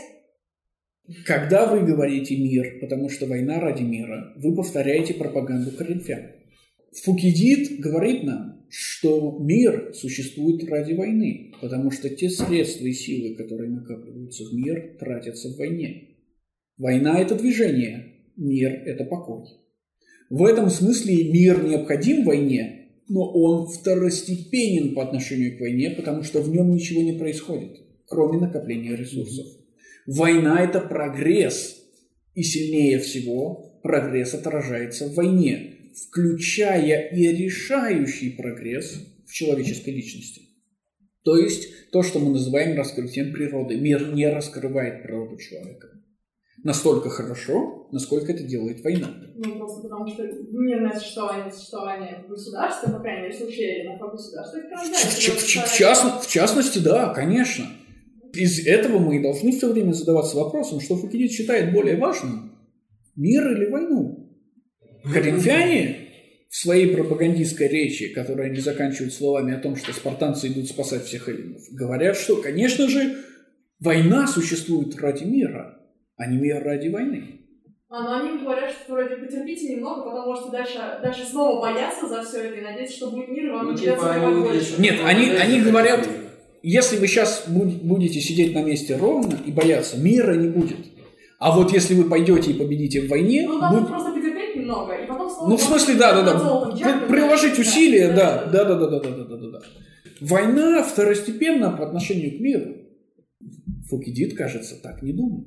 Когда вы говорите «мир», потому что война ради мира, вы повторяете пропаганду коринфян. Фукидид говорит нам, что мир существует ради войны, потому что те средства и силы, которые накапливаются в мир, тратятся в войне. Война – это движение, мир – это покой. В этом смысле мир необходим в войне, но он второстепенен по отношению к войне, потому что в нем ничего не происходит, кроме накопления ресурсов. Война – это прогресс, и сильнее всего прогресс отражается в войне, включая и решающий прогресс в человеческой личности. То есть то, что мы называем раскрытием природы. Мир не раскрывает природу человека настолько хорошо, насколько это делает война. Ну, просто потому что мирное существование, существование государства, по крайней мере, в случае эллинов, а государство это в, в, в, в, частно, в частности, да, конечно. Из этого мы и должны все время задаваться вопросом, что Фукидид считает более важным – мир или войну. Коринфяне в своей пропагандистской речи, которую они заканчивают словами о том, что спартанцы идут спасать всех эллинов, говорят, что, конечно же, война существует ради мира, а не мир ради войны. А, но они говорят, что вроде потерпите немного, потом можете дальше, дальше снова бояться за все это и надеяться, что будет мир, и вам ну, придется типа, воевать больше. Нет, они, они говорят, если вы сейчас будете сидеть на месте ровно и бояться, мира не будет. А вот если вы пойдете и победите в войне... Ну, там будет... просто потерпеть немного, и потом снова... Ну, в смысле, да, да, да. Приложить усилия, да, да, да, да, да, да, да, да, да. Война второстепенна по отношению к миру. Фукидид, кажется, так не думает.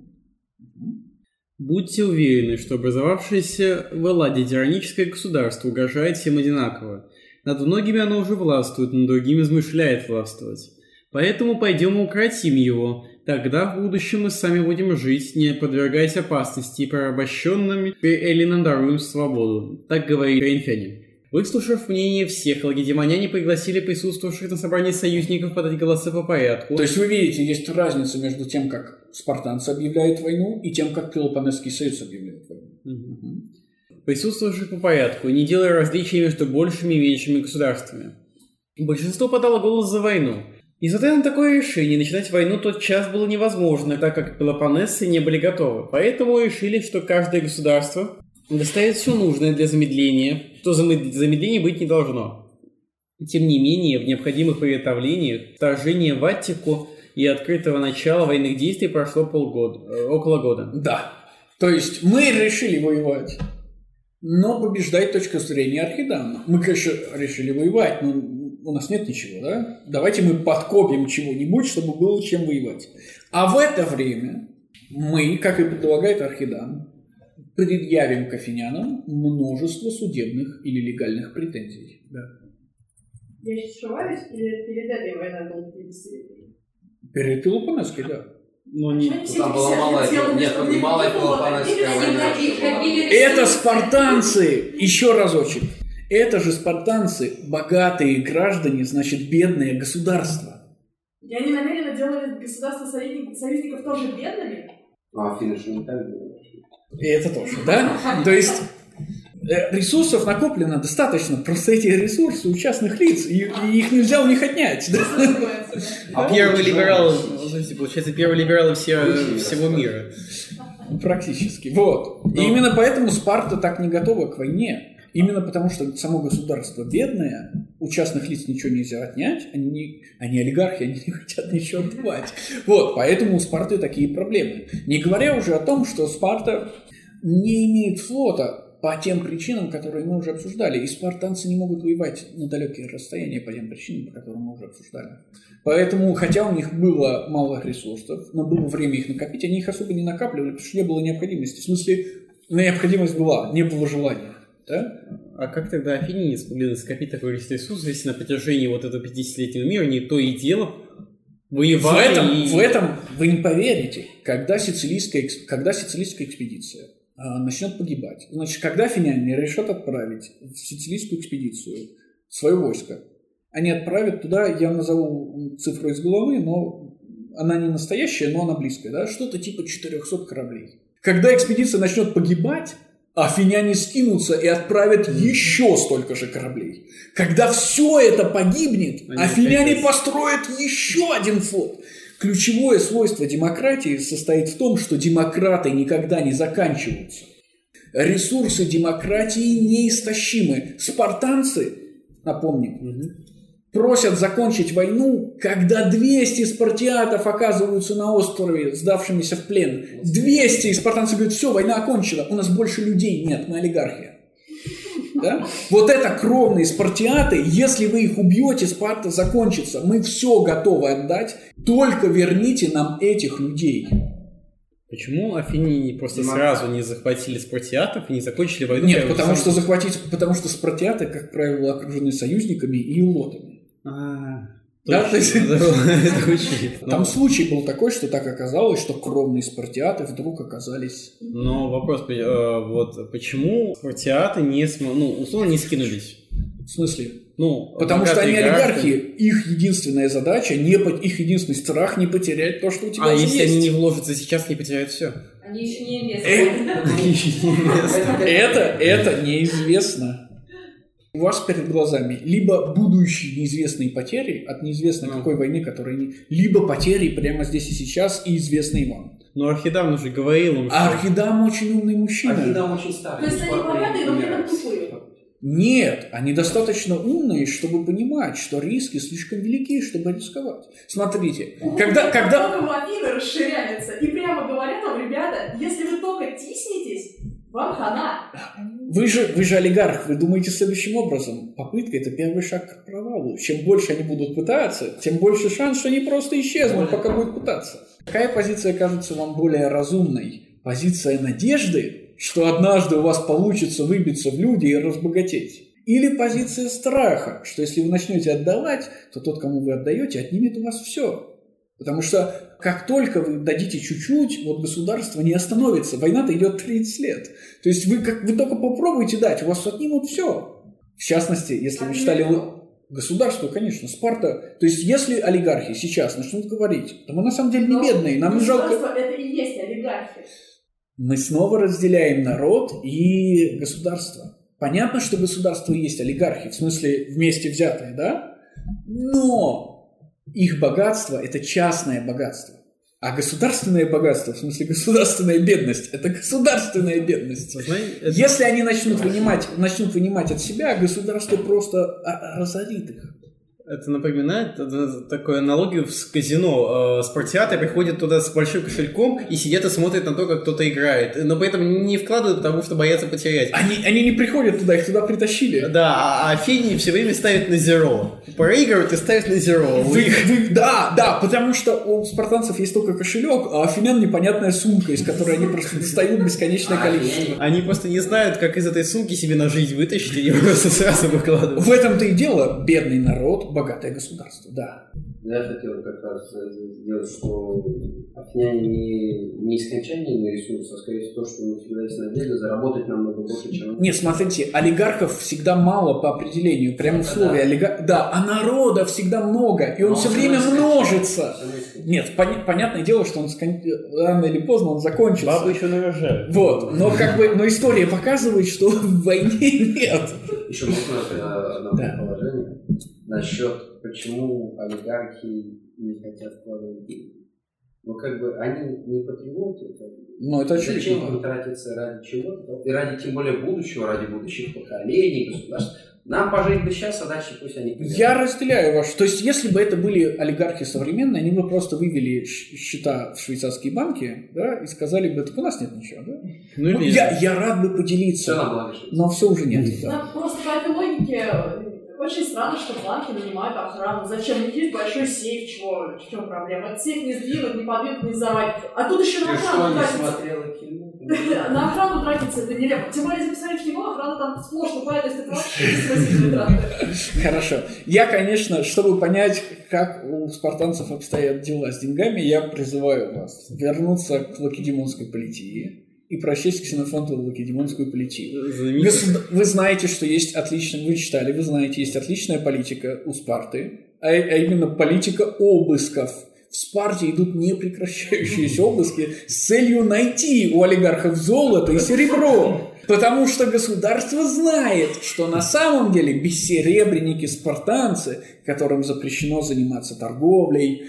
Будьте уверены, что образовавшееся в Элладе тираническое государство угрожает всем одинаково. Над многими оно уже властвует, над другими измышляет властвовать. Поэтому пойдем и укротим его. Тогда в будущем мы сами будем жить, не подвергаясь опасности, и порабощенными эллинам даруем свободу. Так говорит коринфяне. Выслушав мнение всех, лакедемоняне пригласили присутствовавших на собрании союзников подать голоса по порядку. То есть вы видите, есть разница между тем, как спартанцы объявляют войну, и тем, как Пелопоннесский союз объявляет войну. Угу. Угу. Присутствовавших по порядку, не делая различий между большими и меньшими государствами. Большинство подало голос за войну. Несмотря на такое решение, начинать войну тот час было невозможно, так как пелопоннесцы не были готовы. Поэтому решили, что каждое государство доставит все нужное для замедления, что замедления быть не должно. Тем не менее, в необходимых приготовлениях вторжение в Аттику и открытого начала военных действий прошло полгода, э, около года. Да. То есть мы решили воевать, но побеждает точка зрения Архидана. Мы, конечно, решили воевать, но у нас нет ничего, да? Давайте мы подкопим чего-нибудь, чтобы было чем воевать. А в это время мы, как и предлагает Архидан, предъявим к афинянам множество судебных или легальных претензий. Да. Я сейчас ошибаюсь, или перед этой войной был тридцатилетний? Перед Пелопоннеской, да. Но не... Там была малая, нет, там не малая Пелопонесская война. Это спартанцы, еще разочек. Это же спартанцы, богатые граждане, значит, бедное государство. И они намеренно делали государство союзников тоже бедными? А Афины же не так было. И это тоже, да? То есть ресурсов накоплено достаточно, просто эти ресурсы у частных лиц, и, и их нельзя у них отнять. Да? А первые либералы, получается, первые либералы все, всего мира. Практически. Вот. И именно поэтому Спарта так не готова к войне. Именно потому, что само государство бедное, у частных лиц ничего нельзя отнять, они, не, они олигархи, они не хотят ничего отдавать. Вот, поэтому у Спарты такие проблемы. Не говоря уже о том, что Спарта не имеет флота по тем причинам, которые мы уже обсуждали. И спартанцы не могут воевать на далекие расстояния по тем причинам, по которым мы уже обсуждали. Поэтому, хотя у них было мало ресурсов, но было время их накопить, они их особо не накапливали, потому что не было необходимости. В смысле, необходимость была, не было желания. Да? А как тогда афиняне смогли скопить такой ресурс, если на протяжении вот этого пятидесятилетнего мира не то и дело воевали? В этом, и... в этом вы не поверите, когда сицилийская, когда сицилийская экспедиция а, начнет погибать. Значит, когда афиняне решат отправить в сицилийскую экспедицию свое войско, они отправят туда, я назову цифру из головы, но она не настоящая, но она близкая, да? Что-то типа четырехсот кораблей. Когда экспедиция начнет погибать, афиняне скинутся и отправят еще столько же кораблей. Когда все это погибнет, Они афиняне опять... построят еще один флот. Ключевое свойство демократии состоит в том, что демократы никогда не заканчиваются. Ресурсы демократии неистощимы. Спартанцы, напомним, угу. просят закончить войну, когда двести спартиатов оказываются на острове, сдавшимися в плен. двести, и спартанцы говорят, все, война окончена, у нас больше людей нет, мы олигархия. Да? Вот это кровные спартиаты, если вы их убьете, Спарта закончится. Мы все готовы отдать, только верните нам этих людей. Почему афиняне просто Демок... сразу не захватили спартиатов и не закончили войну? Нет, потому что захватить, потому что спартиаты, как правило, окружены союзниками и улотами. А, да, то есть, это там случай был такой, что так оказалось, что кровные спартиаты вдруг оказались. Но вопрос, вот почему спартиаты не, ну, условно, не скинулись? В смысле? Ну, потому что они олигархи, их единственная задача, не, их единственный страх не потерять то, что у тебя а есть. А если они не вложатся сейчас, не потеряют все? Они еще не инвесторы. Это, это неизвестно. У вас перед глазами либо будущие неизвестные потери от неизвестной ну. какой войны, которые не... либо потери прямо здесь и сейчас и известные вам. Но Архидам уже говорил им, что... А Архидам очень умный мужчина. Архидам очень старый. То есть они богатые, но при этом тупые. Нет, они достаточно умные, чтобы понимать, что риски слишком велики, чтобы рисковать. Смотрите, ну, когда... когда... Афины расширяются и прямо говорят вам, ребята, если вы только тиснетесь, вам хана. Вы же, вы же олигарх, вы думаете следующим образом. Попытка – это первый шаг к провалу. Чем больше они будут пытаться, тем больше шанс, что они просто исчезнут, пока будут пытаться. Какая позиция кажется вам более разумной? Позиция надежды, что однажды у вас получится выбиться в люди и разбогатеть? Или позиция страха, что если вы начнете отдавать, то тот, кому вы отдаете, отнимет у вас все? Потому что как только вы дадите чуть-чуть, вот государство не остановится. Война-то идет тридцать лет. То есть вы, как, вы только попробуйте дать, у вас отнимут все. В частности, если вы читали государство, конечно, Спарта. То есть если олигархи сейчас начнут говорить, то мы на самом деле не бедные, нам не жалко. Государство это и есть олигархи. Мы снова разделяем народ и государство. Понятно, что государство и есть олигархи, в смысле вместе взятые, да? Но их богатство – это частное богатство. А государственное богатство, в смысле государственная бедность, это государственная бедность. Знаете, это... Если они начнут вынимать, начнут вынимать от себя, государство просто разорит их. Это напоминает это, такую аналогию с казино. Э, спортсиаты приходят туда с большим кошельком и сидят и смотрят на то, как кто-то играет. Но при этом не вкладывают, потому что боятся потерять. Они, они не приходят туда, их туда притащили. Да, а Афини все время ставят на зеро. Проигрывают и ставят на зеро. Вы, вы, да, да, потому что у спартанцев есть только кошелек, а у афинян непонятная сумка, из которой они просто достают бесконечное количество. Они просто не знают, как из этой сумки себе на жизнь вытащить, и просто сразу выкладывают. В этом-то и дело. Бедный народ, богатое государство, да. Я хотел как раз сделать, что афиняне не, не искончательный ресурс, а скорее всего то, что у них всегда есть надежда заработать намного больше, чем... Нет, смотрите, олигархов всегда мало по определению, прямо в слове да. олигарх. Да, а народа всегда много, и он Но все он время скончается. множится. Нет, пон- понятное дело, что он скон... рано или поздно он закончится. Бабы еще нарожают. Вот, но как бы, но история показывает, что в войне нет. Еще можно одно Да. предположение насчет, почему олигархи не хотят вкладывать деньги. Ну, как бы, они не патриоты. Как бы. Ну, это Зачем очевидно. им тратиться ради чего-то? И ради, тем более, будущего, ради будущих поколений, государств. Нам пожить бы сейчас, а дальше пусть они... Я разделяю ваш... То есть, если бы это были олигархи современные, они бы просто вывели ш- счета в швейцарские банки, да, и сказали бы, так у нас нет ничего, да? Ну, Ну, или... я, я рад бы Все поделиться, на благо жизни. но все уже нет. Да. Ну, просто по этой логике очень странно, что банки нанимают охрану. Зачем? У них есть большой сейф, чего, в чем проблема? Этот сейф не сдвинут, не подвинут, не взорвать. А тут еще на Ты что, охрану не тратится. смотрела кино? На охрану тратится, это нелепо. Тем более, если посмотреть кино, охрана там сплошь тупая, то есть это вообще бессмысленные траты. Хорошо. Я, конечно, чтобы понять, как у спартанцев обстоят дела с деньгами, я призываю вас вернуться к лакедемонской политии и прочесть Ксенофонтову лакедемонскую политию. Знаменитый. Вы, вы знаете, что есть отличная, вы читали, вы знаете, есть отличная политика у Спарты, а, а именно политика обысков. В Спарте идут непрекращающиеся обыски с целью найти у олигархов золото и серебро. Потому что государство знает, что на самом деле бессеребренники-спартанцы, которым запрещено заниматься торговлей,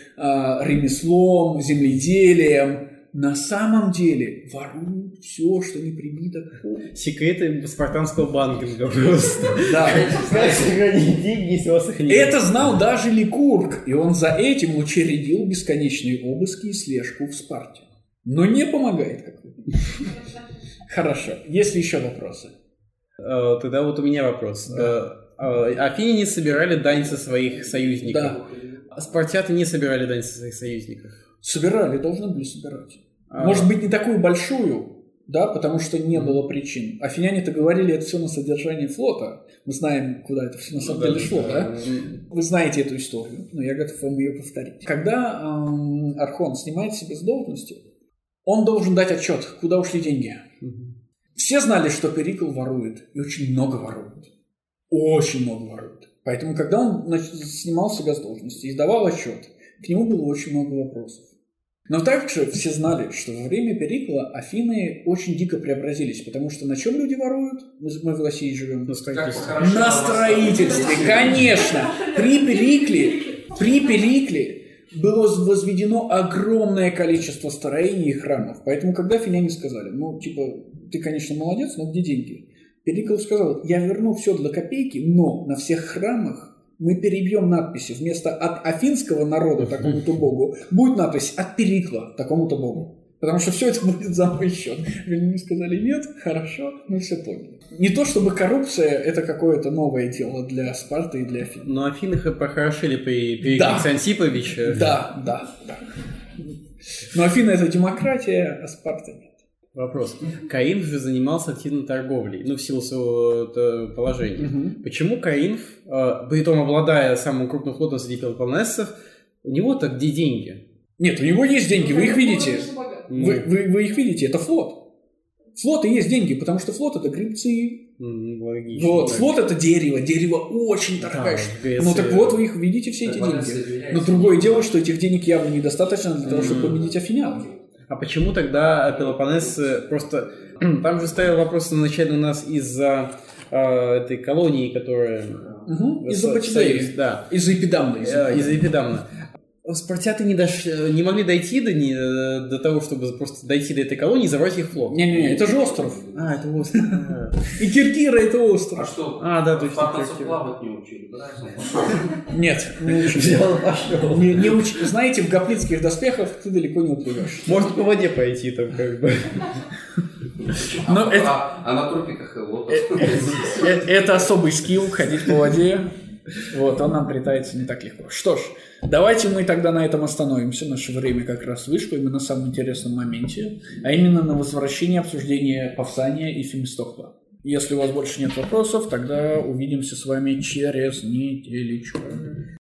ремеслом, земледелием, на самом деле воруют все, что не прибито к полу. Секреты спартанского банкинга просто. Да. Как сохранить деньги, если у вас их нет? Это знал даже Ликург, и он за этим учредил бесконечные обыски и слежку в Спарте. Но не помогает, как вы. Хорошо. Есть ли еще вопросы? Э, Тогда вот у меня вопрос. Э, э, Афиняне собирали дань со своих союзников. Да. А спартиаты не собирали дань со своих союзников. Собирали, должны были собирать. А. Может быть, не такую большую, да, потому что не было причин. Афиняне-то говорили, это все на содержание флота. Мы знаем, куда это все на самом деле шло, да? Вы знаете эту историю, но я готов вам ее повторить. Когда эм, Архон снимает себя с должности, он должен дать отчет, куда ушли деньги. Все знали, что Перикл ворует, и очень много ворует. Очень много ворует. Поэтому, когда он значит, снимал себя с должности и сдавал отчет, к нему было очень много вопросов. Но также все знали, что во время Перикла Афины очень дико преобразились, потому что на чем люди воруют? Мы в России живем. На строительстве. На строительстве, конечно. При Перикле, при Перикле было возведено огромное количество строений и храмов. Поэтому, когда афиняне сказали, ну, типа, ты, конечно, молодец, но где деньги? Перикл сказал, я верну все для копейки, но на всех храмах мы перебьем надписи. Вместо «от афинского народа такому-то богу» будет надпись «от Перикла такому-то богу». Потому что все это будет за мой счет. Они сказали, нет, хорошо, мы все поняли. Не то чтобы коррупция – это какое-то новое дело для Спарты и для Афин. Но Афины похорошили при, при Да. Константиновиче. Да, да, да. Но Афины – это демократия, а Спарта нет. Вопрос. Каринф же занимался активной торговлей, ну, в силу своего э, положения. Мгм. Почему Каринф, э, при этом обладая самым крупным флотом среди пелопоннесцев, у него-то где деньги? Нет, у него есть деньги, вы их видите. Ну, Вы, вы, вы их видите, это флот. Флот и есть деньги, потому что флот – это гребцы. м, логично. Вот, Так. флот – это дерево, дерево очень Да, дорогое. в Греции- Ну так вот, вы их видите, все эти Так, деньги. Но другое дело, что этих денег явно недостаточно для того, чтобы Мгм. победить афинян. А почему тогда Пелопоннес просто... Там же стоял вопрос изначально у нас из-за э, этой колонии, которая... Угу. Из-за Со- Почидеи. Союз, да. Из-за Эпидамны. Э, Из-за Эпидамна. Спартиаты не, дош... не могли дойти до, не... до того, чтобы просто дойти до этой колонии и забрать их флот. Не-не-не, это же остров. А, это остров. И Киркира это А остров. что? А, да, точно. Спартанцев плавать не учили, да? Нет, не учили. Не, не учили. Знаете, в гоплитских доспехах ты далеко не уплывешь. Можно по воде пойти там как бы. Но это, А, а на тропиках и лотос. э- э- это особый скилл, ходить по воде. Вот, он нам притается не так легко. Что ж, давайте мы тогда на этом остановимся. Наше время как раз вышло, и мы на самом интересном моменте, а именно на возвращении обсуждения Павсания и Фемистокла. Если у вас больше нет вопросов, тогда увидимся с вами через неделечку.